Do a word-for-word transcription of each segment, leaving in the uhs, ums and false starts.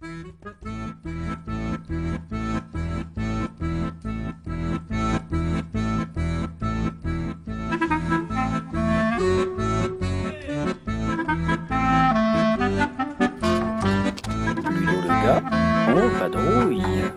Ludo le gars en vadrouille.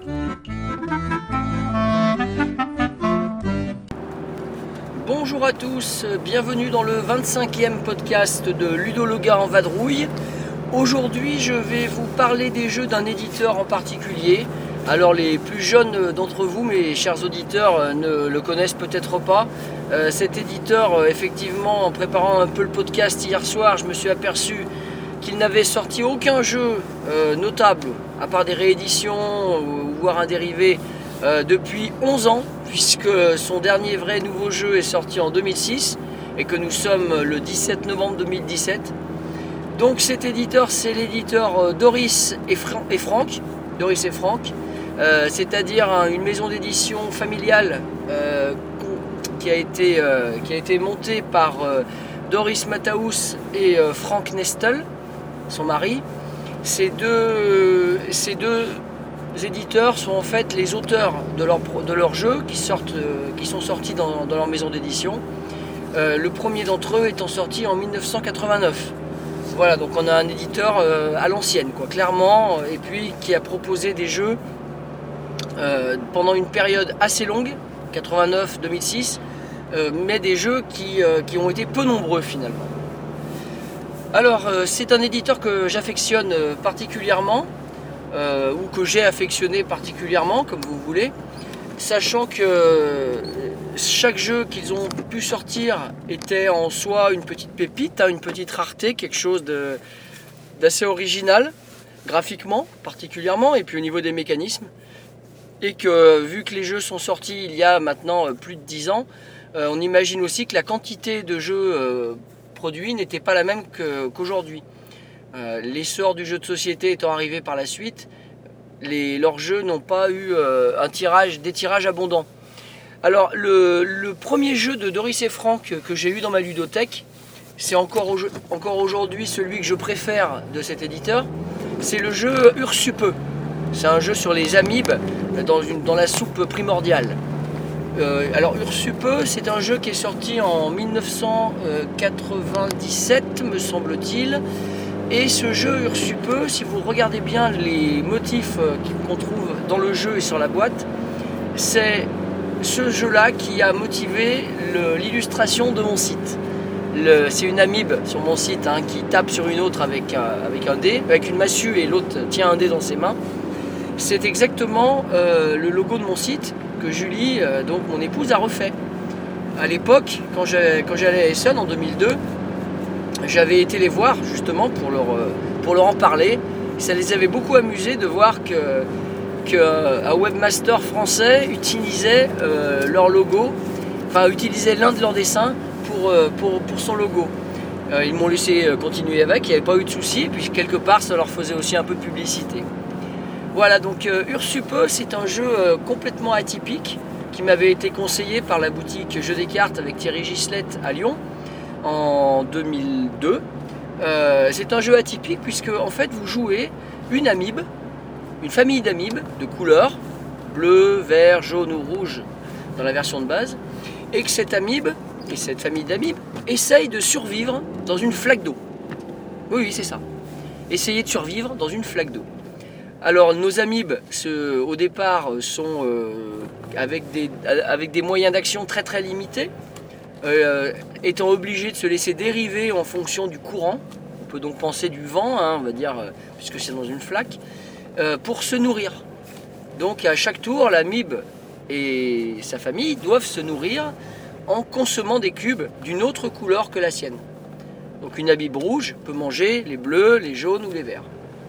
Bonjour à tous, bienvenue dans le vingt-cinquième podcast de Ludo le gars en vadrouille. Aujourd'hui je vais vous parler des jeux d'un éditeur en particulier. Alors les plus jeunes d'entre vous, mes chers auditeurs, ne le connaissent peut-être pas. Euh, cet éditeur, effectivement, en préparant un peu le podcast hier soir, je me suis aperçu qu'il n'avait sorti aucun jeu euh, notable, à part des rééditions ou voire un dérivé, euh, depuis onze ans, puisque son dernier vrai nouveau jeu est sorti en deux mille six et que nous sommes le dix-sept novembre deux mille dix-sept. Donc cet éditeur, c'est l'éditeur Doris et, Fran- et Franck, Doris et Franck, euh, c'est-à-dire hein, une maison d'édition familiale euh, qui, a été, euh, qui a été montée par euh, Doris Matthäus et euh, Frank Nestel, son mari. Ces deux, ces deux éditeurs sont en fait les auteurs de leurs de leur jeux qui, sortent, euh, qui sont sortis dans, dans leur maison d'édition. Euh, le premier d'entre eux étant sorti en dix-neuf cent quatre-vingt-neuf. Voilà, donc on a un éditeur euh, à l'ancienne, quoi, clairement, et puis qui a proposé des jeux euh, pendant une période assez longue, quatre-vingt-neuf deux mille six, euh, mais des jeux qui, euh, qui ont été peu nombreux finalement. Alors, euh, c'est un éditeur que j'affectionne euh, particulièrement, euh, ou que j'ai affectionné particulièrement, comme vous voulez, sachant que euh, chaque jeu qu'ils ont pu sortir était en soi une petite pépite, hein, une petite rareté, quelque chose de, d'assez original, graphiquement particulièrement, et puis au niveau des mécanismes. Et que vu que les jeux sont sortis il y a maintenant plus de dix ans, euh, on imagine aussi que la quantité de jeux euh, produits n'était pas la même que, qu'aujourd'hui. Euh, l'essor du jeu de société étant arrivé par la suite, les, leurs jeux n'ont pas eu euh, un tirage, des tirages abondants. Alors le, le premier jeu de Doris et Franck que j'ai eu dans ma ludothèque, c'est encore, au, encore aujourd'hui celui que je préfère de cet éditeur, c'est le jeu Ursupeux. C'est un jeu sur les amibes dans, une, dans la soupe primordiale. Euh, alors Ursupeux, c'est un jeu qui est sorti en dix-neuf cent quatre-vingt-dix-sept, me semble-t-il. Et ce jeu Ursupeux, si vous regardez bien les motifs qu'on trouve dans le jeu et sur la boîte, c'est ce jeu-là qui a motivé le, l'illustration de mon site. Le, c'est une amibe sur mon site hein, qui tape sur une autre avec un, avec un dé, avec une massue et l'autre tient un dé dans ses mains. C'est exactement euh, le logo de mon site que Julie, euh, donc mon épouse, a refait. À l'époque, quand, j'ai, quand j'allais à Essen en deux mille deux, j'avais été les voir justement pour leur, pour leur en parler. Ça les avait beaucoup amusés de voir que, qu'un webmaster français utilisait euh, leur logo, enfin utilisait l'un de leurs dessins pour, euh, pour, pour son logo. Euh, ils m'ont laissé continuer avec, il n'y avait pas eu de souci, puis quelque part ça leur faisait aussi un peu de publicité. Voilà, donc euh, Ursupeux, c'est un jeu euh, complètement atypique qui m'avait été conseillé par la boutique Jeux des cartes avec Thierry Gislette à Lyon en deux mille deux. Euh, c'est un jeu atypique puisque en fait vous jouez une amibe, une famille d'amibes de couleurs bleu, vert, jaune ou rouge dans la version de base, et que cette amibe et cette famille d'amibes essaye de survivre dans une flaque d'eau. Oui, oui, c'est ça. Essayez de survivre dans une flaque d'eau. Alors nos amibes ce, au départ sont euh, avec, des, avec des moyens d'action très très limités, euh, étant obligés de se laisser dériver en fonction du courant. On peut donc penser du vent, hein, on va dire, euh, puisque c'est dans une flaque, euh, pour se nourrir. Donc à chaque tour, l'amibe et sa famille doivent se nourrir en consommant des cubes d'une autre couleur que la sienne. Donc une amibe rouge peut manger les bleus, les jaunes ou les verts.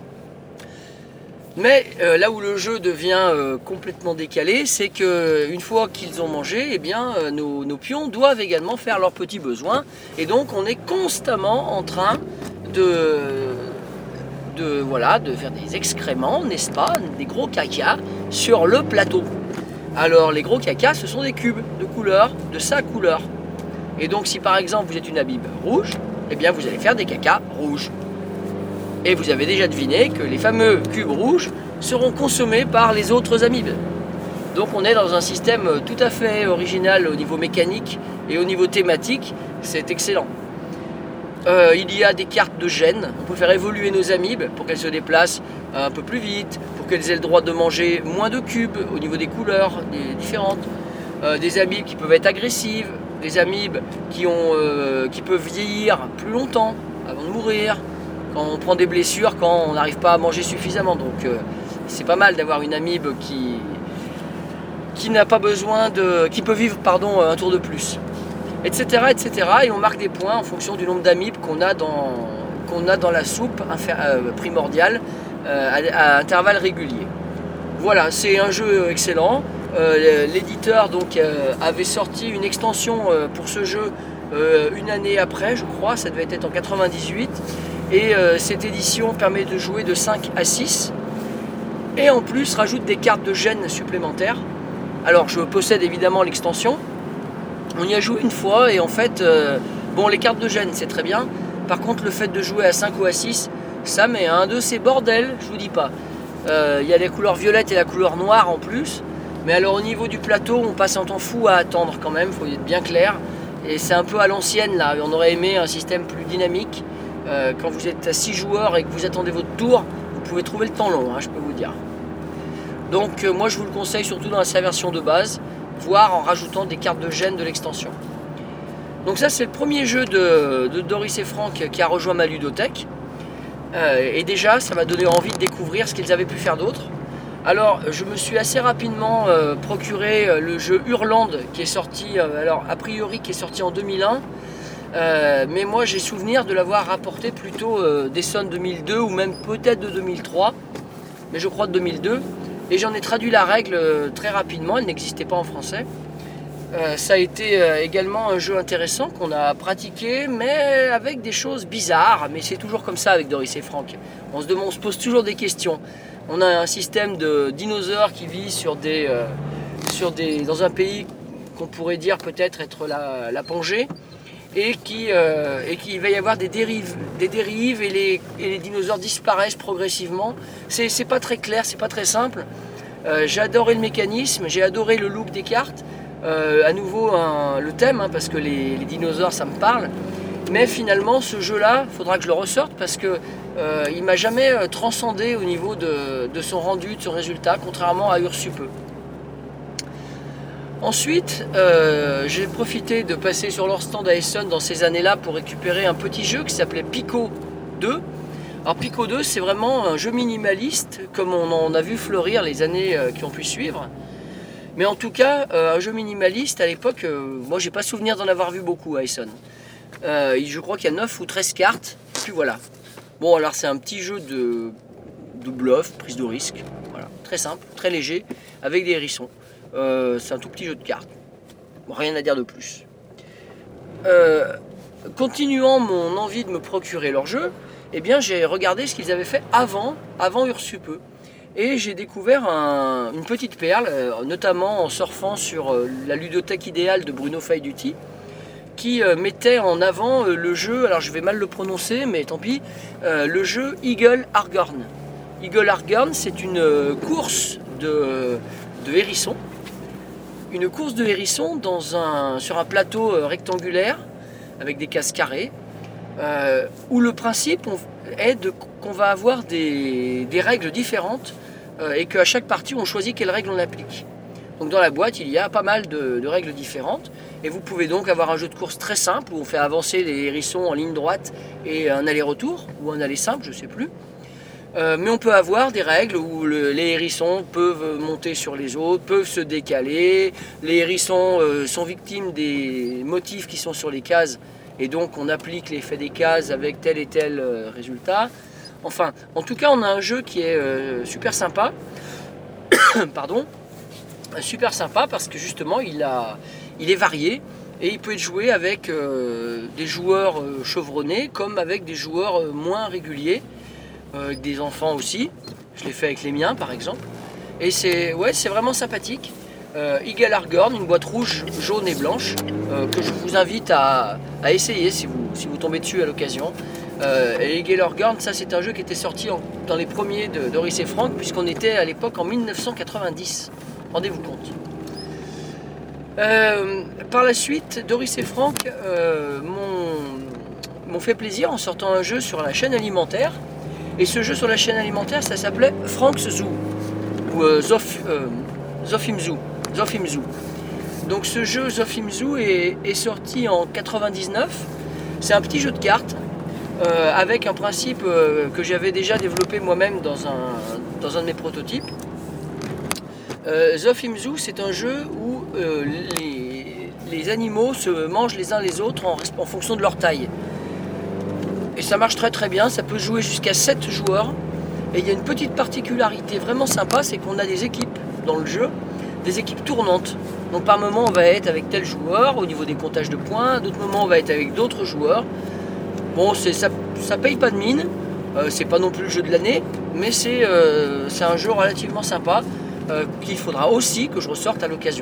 Mais euh, là où le jeu devient euh, complètement décalé, c'est qu'une fois qu'ils ont mangé, eh bien, euh, nos, nos pions doivent également faire leurs petits besoins. Et donc on est constamment en train de, de, voilà, de faire des excréments, n'est-ce pas, des gros caca sur le plateau. Alors les gros caca, ce sont des cubes de couleur, de sa couleur. Et donc si par exemple vous êtes une amibe rouge, eh bien vous allez faire des caca rouges. Et vous avez déjà deviné que les fameux cubes rouges seront consommés par les autres amibes. Donc on est dans un système tout à fait original au niveau mécanique et au niveau thématique, c'est excellent. Euh, il y a des cartes de gènes, on peut faire évoluer nos amibes pour qu'elles se déplacent un peu plus vite, pour qu'elles aient le droit de manger moins de cubes au niveau des couleurs des différentes, euh, des amibes qui peuvent être agressives, des amibes qui, ont, euh, qui peuvent vieillir plus longtemps avant de mourir, quand on prend des blessures, quand on n'arrive pas à manger suffisamment. Donc euh, c'est pas mal d'avoir une amibe qui, qui n'a pas besoin de, qui peut vivre pardon, un tour de plus, et cetera, et cetera. Et on marque des points en fonction du nombre d'amibes qu'on a dans, qu'on a dans la soupe euh, primordiale euh, à, à intervalles réguliers. Voilà, c'est un jeu excellent. Euh, l'éditeur donc euh, avait sorti une extension euh, pour ce jeu euh, une année après, je crois, ça devait être en quatre-vingt-dix-huit, et euh, cette édition permet de jouer de cinq à six et en plus rajoute des cartes de gènes supplémentaires. Alors je possède évidemment l'extension, on y a joué une fois et en fait euh, bon, les cartes de gènes c'est très bien, par contre le fait de jouer à cinq ou à six, ça met un de ces bordels, je vous dis pas. Euh, il y a les couleurs violettes et la couleur noire en plus. Mais alors au niveau du plateau, on passe un temps fou à attendre quand même, il faut être bien clair. Et c'est un peu à l'ancienne là, on aurait aimé un système plus dynamique. Euh, quand vous êtes à six joueurs et que vous attendez votre tour, vous pouvez trouver le temps long, hein, je peux vous dire. Donc euh, moi je vous le conseille surtout dans sa version de base, voire en rajoutant des cartes de gènes de l'extension. Donc ça c'est le premier jeu de, de Doris et Franck qui a rejoint ma ludothèque. Euh, et déjà ça m'a donné envie de découvrir ce qu'ils avaient pu faire d'autre. Alors je me suis assez rapidement euh, procuré euh, le jeu Hurland qui est sorti, euh, alors a priori qui est sorti en deux mille un, euh, mais moi j'ai souvenir de l'avoir rapporté plutôt euh, d'Essonne deux mille deux ou même peut-être de deux mille trois, mais je crois de deux mille deux, et j'en ai traduit la règle euh, très rapidement, elle n'existait pas en français. Euh, ça a été euh, également un jeu intéressant qu'on a pratiqué, mais avec des choses bizarres, mais c'est toujours comme ça avec Doris et Franck, on se, demande, on se pose toujours des questions. On a un système de dinosaures qui vit sur des, euh, sur des, dans un pays qu'on pourrait dire peut-être être la, la Pangée, et qui, euh, et qu'il va y avoir des dérives, des dérives et, les, et les dinosaures disparaissent progressivement. C'est, c'est pas très clair, c'est pas très simple. Euh, j'ai adoré le mécanisme, j'ai adoré le look des cartes, euh, à nouveau un, le thème, hein, parce que les, les dinosaures ça me parle. Mais finalement, ce jeu-là, il faudra que je le ressorte parce que euh, il m'a jamais transcendé au niveau de, de son rendu, de son résultat, contrairement à Ursupeux. Ensuite, euh, j'ai profité de passer sur leur stand à Essonne dans ces années-là pour récupérer un petit jeu qui s'appelait Pico deux. Alors Pico deux, c'est vraiment un jeu minimaliste, comme on en a vu fleurir les années euh, qui ont pu suivre. Mais en tout cas, euh, un jeu minimaliste, à l'époque, euh, moi j'ai pas souvenir d'en avoir vu beaucoup à Essonne. Euh, je crois qu'il y a neuf ou treize cartes, et puis voilà. Bon, alors c'est un petit jeu de, de bluff, prise de risque, voilà. Très simple, très léger, avec des hérissons. Euh, c'est un tout petit jeu de cartes, bon, rien à dire de plus. Euh, continuant mon envie de me procurer leur jeu, eh bien j'ai regardé ce qu'ils avaient fait avant, avant Ursupeux. Et j'ai découvert un, une petite perle, euh, notamment en surfant sur euh, la ludothèque idéale de Bruno Faiduti, qui euh, mettait en avant euh, le jeu, alors je vais mal le prononcer, mais tant pis, euh, le jeu Eagle Argorn. Eagle Argorn, c'est une euh, course de, de hérissons, une course de hérissons dans un, sur un plateau euh, rectangulaire, avec des cases carrées, euh, où le principe on, est de, qu'on va avoir des, des règles différentes, euh, et qu'à chaque partie on choisit quelles règles on applique. Donc dans la boîte il y a pas mal de, de règles différentes, et vous pouvez donc avoir un jeu de course très simple où on fait avancer les hérissons en ligne droite et un aller-retour, ou un aller simple, je ne sais plus. Euh, mais on peut avoir des règles où le, les hérissons peuvent monter sur les autres, peuvent se décaler, les hérissons euh, sont victimes des motifs qui sont sur les cases, et donc on applique l'effet des cases avec tel et tel euh, résultat. Enfin, en tout cas on a un jeu qui est euh, super sympa, pardon, super sympa parce que justement il, a, il est varié et il peut être joué avec euh, des joueurs euh, chevronnés comme avec des joueurs euh, moins réguliers, euh, avec des enfants aussi. Je l'ai fait avec les miens par exemple, et c'est ouais, c'est vraiment sympathique. euh, Eagle Argorn, une boîte rouge, jaune et blanche, euh, que je vous invite à, à essayer si vous, si vous tombez dessus à l'occasion. Euh, et Egelorgorn, ça c'est un jeu qui était sorti en- dans les premiers de Doris et Frank, puisqu'on était à l'époque en mille neuf cent quatre-vingt-dix. Rendez-vous compte. Euh, par la suite, Doris et Frank euh, m'ont m'ont fait plaisir en sortant un jeu sur la chaîne alimentaire. Et ce jeu sur la chaîne alimentaire, ça s'appelait Frank's Zoo, ou euh, Zof, euh, Zofim Zoo. Zofim Zoo. Donc ce jeu Zofim Zoo est, est sorti en quatre-vingt-dix-neuf. C'est un petit jeu de cartes euh, avec un principe euh, que j'avais déjà développé moi-même dans un, dans un de mes prototypes. Euh, Zofim Zoo, c'est un jeu où euh, les, les animaux se mangent les uns les autres en, en fonction de leur taille. Et ça marche très très bien, ça peut jouer jusqu'à sept joueurs. Et il y a une petite particularité vraiment sympa, c'est qu'on a des équipes dans le jeu, des équipes tournantes. Donc par moment on va être avec tel joueur au niveau des comptages de points, d'autres moments on va être avec d'autres joueurs. Bon, c'est, ça, ça paye pas de mine, euh, c'est pas non plus le jeu de l'année, mais c'est, euh, c'est un jeu relativement sympa euh, qu'il faudra aussi que je ressorte à l'occasion.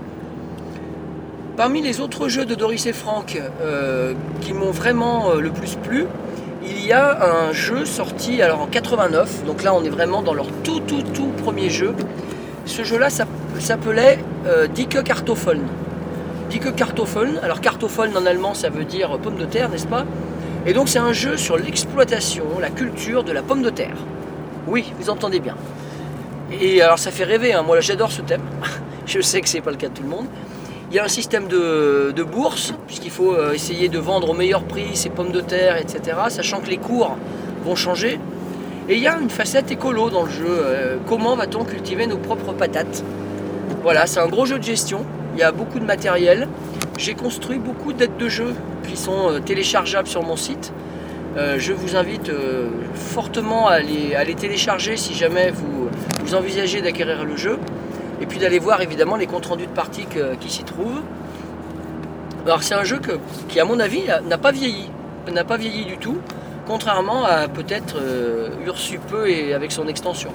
Parmi les autres jeux de Doris et Frank euh, qui m'ont vraiment euh, le plus plu, il y a un jeu sorti alors en quatre-vingt-neuf, donc là on est vraiment dans leur tout tout tout premier jeu. Ce jeu-là s'appelait euh, Dicke Kartoffeln. Dicke Kartoffeln, alors Kartoffeln en allemand ça veut dire pomme de terre, n'est-ce pas? Et donc c'est un jeu sur l'exploitation, la culture de la pomme de terre. Oui, vous entendez bien. Et alors ça fait rêver, hein. Moi j'adore ce thème, je sais que c'est pas le cas de tout le monde. Il y a un système de, de bourse, puisqu'il faut euh, essayer de vendre au meilleur prix ses pommes de terre, et cetera, sachant que les cours vont changer. Et il y a une facette écolo dans le jeu. Euh, comment va-t-on cultiver nos propres patates? Voilà, c'est un gros jeu de gestion. Il y a beaucoup de matériel. J'ai construit beaucoup d'aides de jeu qui sont euh, téléchargeables sur mon site. Euh, je vous invite euh, fortement à les, à les télécharger si jamais vous, vous envisagez d'acquérir le jeu. Et puis d'aller voir évidemment les comptes rendus de partie que, qui s'y trouvent. Alors c'est un jeu que, qui à mon avis n'a pas vieilli, n'a pas vieilli du tout, contrairement à peut-être euh, Ursupe et avec son extension.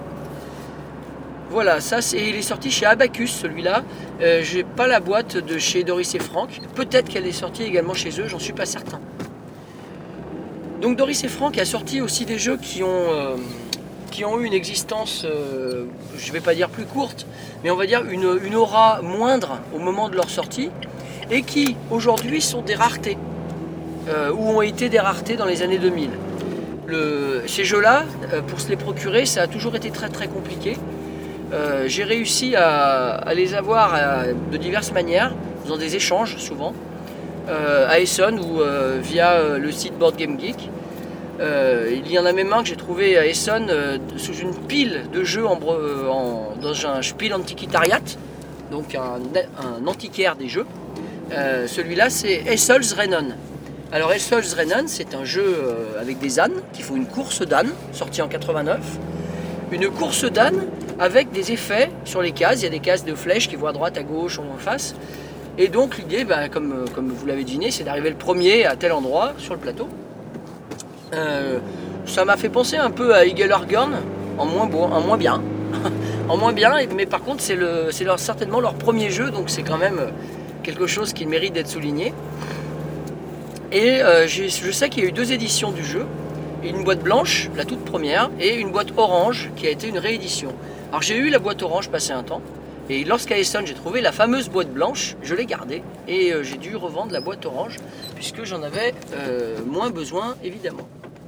Voilà, ça c'est, il est sorti chez Abacus celui-là. Euh, j'ai pas la boîte de chez Doris et Frank. Peut-être qu'elle est sortie également chez eux, j'en suis pas certain. Donc Doris et Frank a sorti aussi des jeux qui ont euh, qui ont eu une existence, euh, je ne vais pas dire plus courte, mais on va dire une, une aura moindre au moment de leur sortie, et qui aujourd'hui sont des raretés, euh, ou ont été des raretés dans les années deux mille. Le, ces jeux-là, euh, pour se les procurer, ça a toujours été très très compliqué. Euh, j'ai réussi à, à les avoir à, de diverses manières, en faisant des échanges souvent, euh, à Essen ou euh, via euh, le site Board Game Geek. Euh, il y en a même un que j'ai trouvé à Essen euh, sous une pile de jeux en, en, dans un Spiel Antiquitariat, donc un, un antiquaire des jeux. Euh, celui-là c'est Eselsrennen. Alors Eselsrennen c'est un jeu euh, avec des ânes qui font une course d'ânes, sorti en quatre-vingt-neuf. Une course d'ânes avec des effets sur les cases, il y a des cases de flèches qui vont à droite, à gauche, en face. Et donc l'idée, bah, comme, comme vous l'avez deviné, c'est d'arriver le premier à tel endroit sur le plateau. Euh, ça m'a fait penser un peu à Egelorgorn, en moins, bon, en moins bien, en moins bien, mais par contre c'est, le, c'est leur, certainement leur premier jeu, donc c'est quand même quelque chose qui mérite d'être souligné. Et euh, je sais qu'il y a eu deux éditions du jeu, une boîte blanche, la toute première, et une boîte orange qui a été une réédition. Alors j'ai eu la boîte orange passé un temps, et lorsqu'à Essen j'ai trouvé la fameuse boîte blanche, je l'ai gardée, et euh, j'ai dû revendre la boîte orange, puisque j'en avais euh, moins besoin évidemment.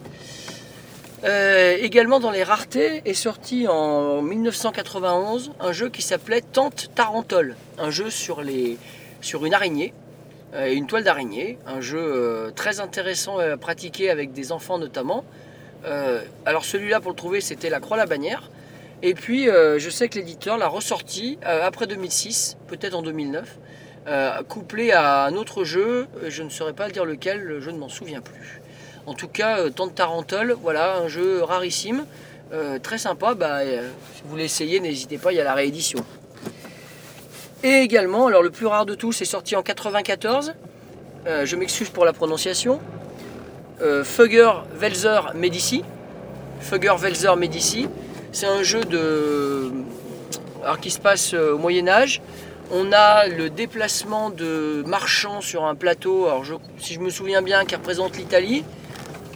Euh, également dans les raretés est sorti en mille neuf cent quatre-vingt-onze un jeu qui s'appelait Tante Tarentole, un jeu sur, les, sur une araignée, euh, une toile d'araignée, un jeu euh, très intéressant à pratiquer avec des enfants notamment. Euh, alors celui-là pour le trouver c'était La Croix-la-Bannière, et puis euh, je sais que l'éditeur l'a ressorti euh, après deux mille six, peut-être en deux mille neuf, euh, couplé à un autre jeu, je ne saurais pas dire lequel, je ne m'en souviens plus. En tout cas, euh, Tante Tarentole, voilà, un jeu rarissime, euh, très sympa. Bah, euh, si vous voulez essayer, n'hésitez pas, il y a la réédition. Et également, alors le plus rare de tous, c'est sorti en quatre-vingt-quatorze. Euh, je m'excuse pour la prononciation. Euh, Fugger-Welser Medici. Fugger-Welser Medici. C'est un jeu de, alors, qui se passe au Moyen-Âge. On a le déplacement de marchands sur un plateau, alors je, si je me souviens bien, qui représente l'Italie.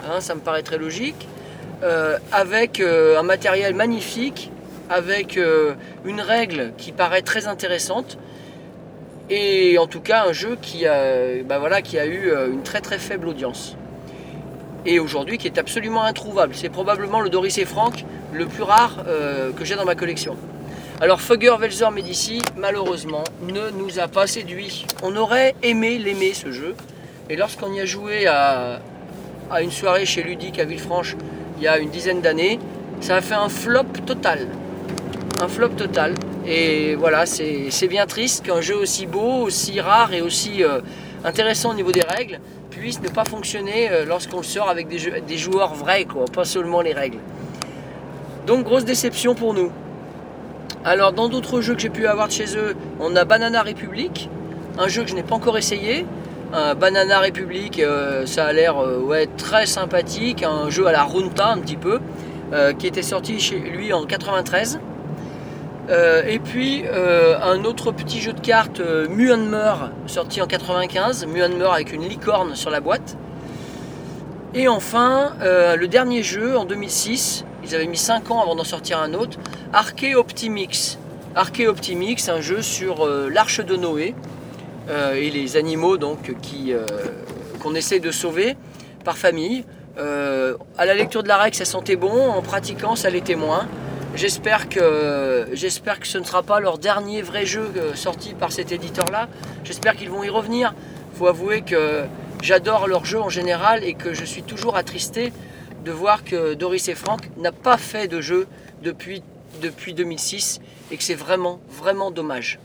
hein, ça me paraît très logique, euh, avec euh, un matériel magnifique, avec euh, une règle qui paraît très intéressante, et en tout cas un jeu qui a, bah voilà, qui a eu une très très faible audience. Et aujourd'hui qui est absolument introuvable. C'est probablement le Doris et Frank le plus rare euh, que j'ai dans ma collection. Alors Fugger Welser Medici, malheureusement, ne nous a pas séduit. On aurait aimé l'aimer ce jeu. Et lorsqu'on y a joué à, à une soirée chez Ludique à Villefranche il y a une dizaine d'années, ça a fait un flop total. Un flop total. Et voilà, c'est bien triste qu'un jeu aussi beau, aussi rare et aussi euh, intéressant au niveau des règles puisse ne pas fonctionner euh, lorsqu'on le sort avec des, jeux, des joueurs vrais, quoi, pas seulement les règles. Donc grosse déception pour nous. Alors dans d'autres jeux que j'ai pu avoir de chez eux, on a Banana Republic, un jeu que je n'ai pas encore essayé. Un Banana Republic, euh, ça a l'air euh, ouais, très sympathique, un jeu à la Runta un petit peu, euh, qui était sorti chez lui en quatre-vingt-treize. Euh, et puis euh, un autre petit jeu de cartes, euh, Myanmar, sorti en quatre-vingt-quinze, Myanmar avec une licorne sur la boîte. Et enfin, euh, le dernier jeu en deux mille six, ils avaient mis cinq ans avant d'en sortir un autre, Arche Optimix. Arche Optimix, un jeu sur euh, l'arche de Noé euh, et les animaux donc qui euh, qu'on essaie de sauver par famille. Euh, à la lecture de la règle, ça sentait bon, en pratiquant, ça l'était moins. J'espère que, j'espère que ce ne sera pas leur dernier vrai jeu sorti par cet éditeur-là. J'espère qu'ils vont y revenir. Il faut avouer que j'adore leurs jeux en général et que je suis toujours attristé de voir que Doris et Frank n'a pas fait de jeu depuis, depuis deux mille six et que c'est vraiment, vraiment dommage.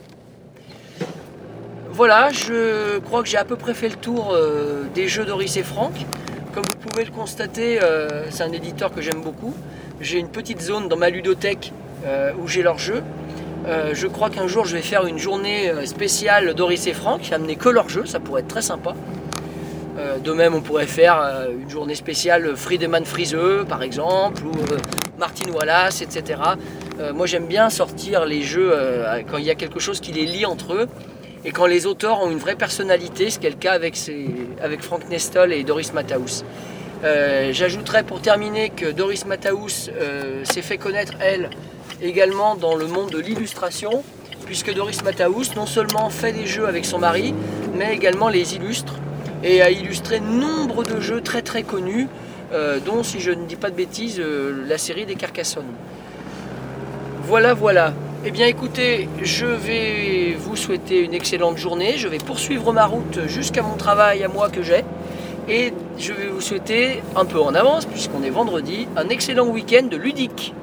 Voilà, je crois que j'ai à peu près fait le tour euh, des jeux Doris et Frank. Comme vous pouvez le constater, euh, c'est un éditeur que j'aime beaucoup. J'ai une petite zone dans ma ludothèque euh, où j'ai leurs jeux. Euh, je crois qu'un jour je vais faire une journée spéciale Doris et Frank, amener que leurs jeux, ça pourrait être très sympa. Euh, de même on pourrait faire euh, une journée spéciale Friedemann Friese par exemple, ou euh, Martin Wallace, et cetera. Euh, moi j'aime bien sortir les jeux euh, quand il y a quelque chose qui les lie entre eux et quand les auteurs ont une vraie personnalité, ce qui est le cas avec, ces, avec Frank Nestle et Doris Matthäus. Euh, J'ajouterais pour terminer que Doris Matthäus euh, s'est fait connaître, elle, également dans le monde de l'illustration, puisque Doris Matthäus non seulement fait des jeux avec son mari, mais également les illustre, et a illustré nombre de jeux très très connus, euh, dont, si je ne dis pas de bêtises, euh, la série des Carcassonne. Voilà, voilà. Eh bien écoutez, je vais vous souhaiter une excellente journée, je vais poursuivre ma route jusqu'à mon travail à moi que j'ai, et je vais vous souhaiter, un peu en avance, puisqu'on est vendredi, un excellent week-end de ludique.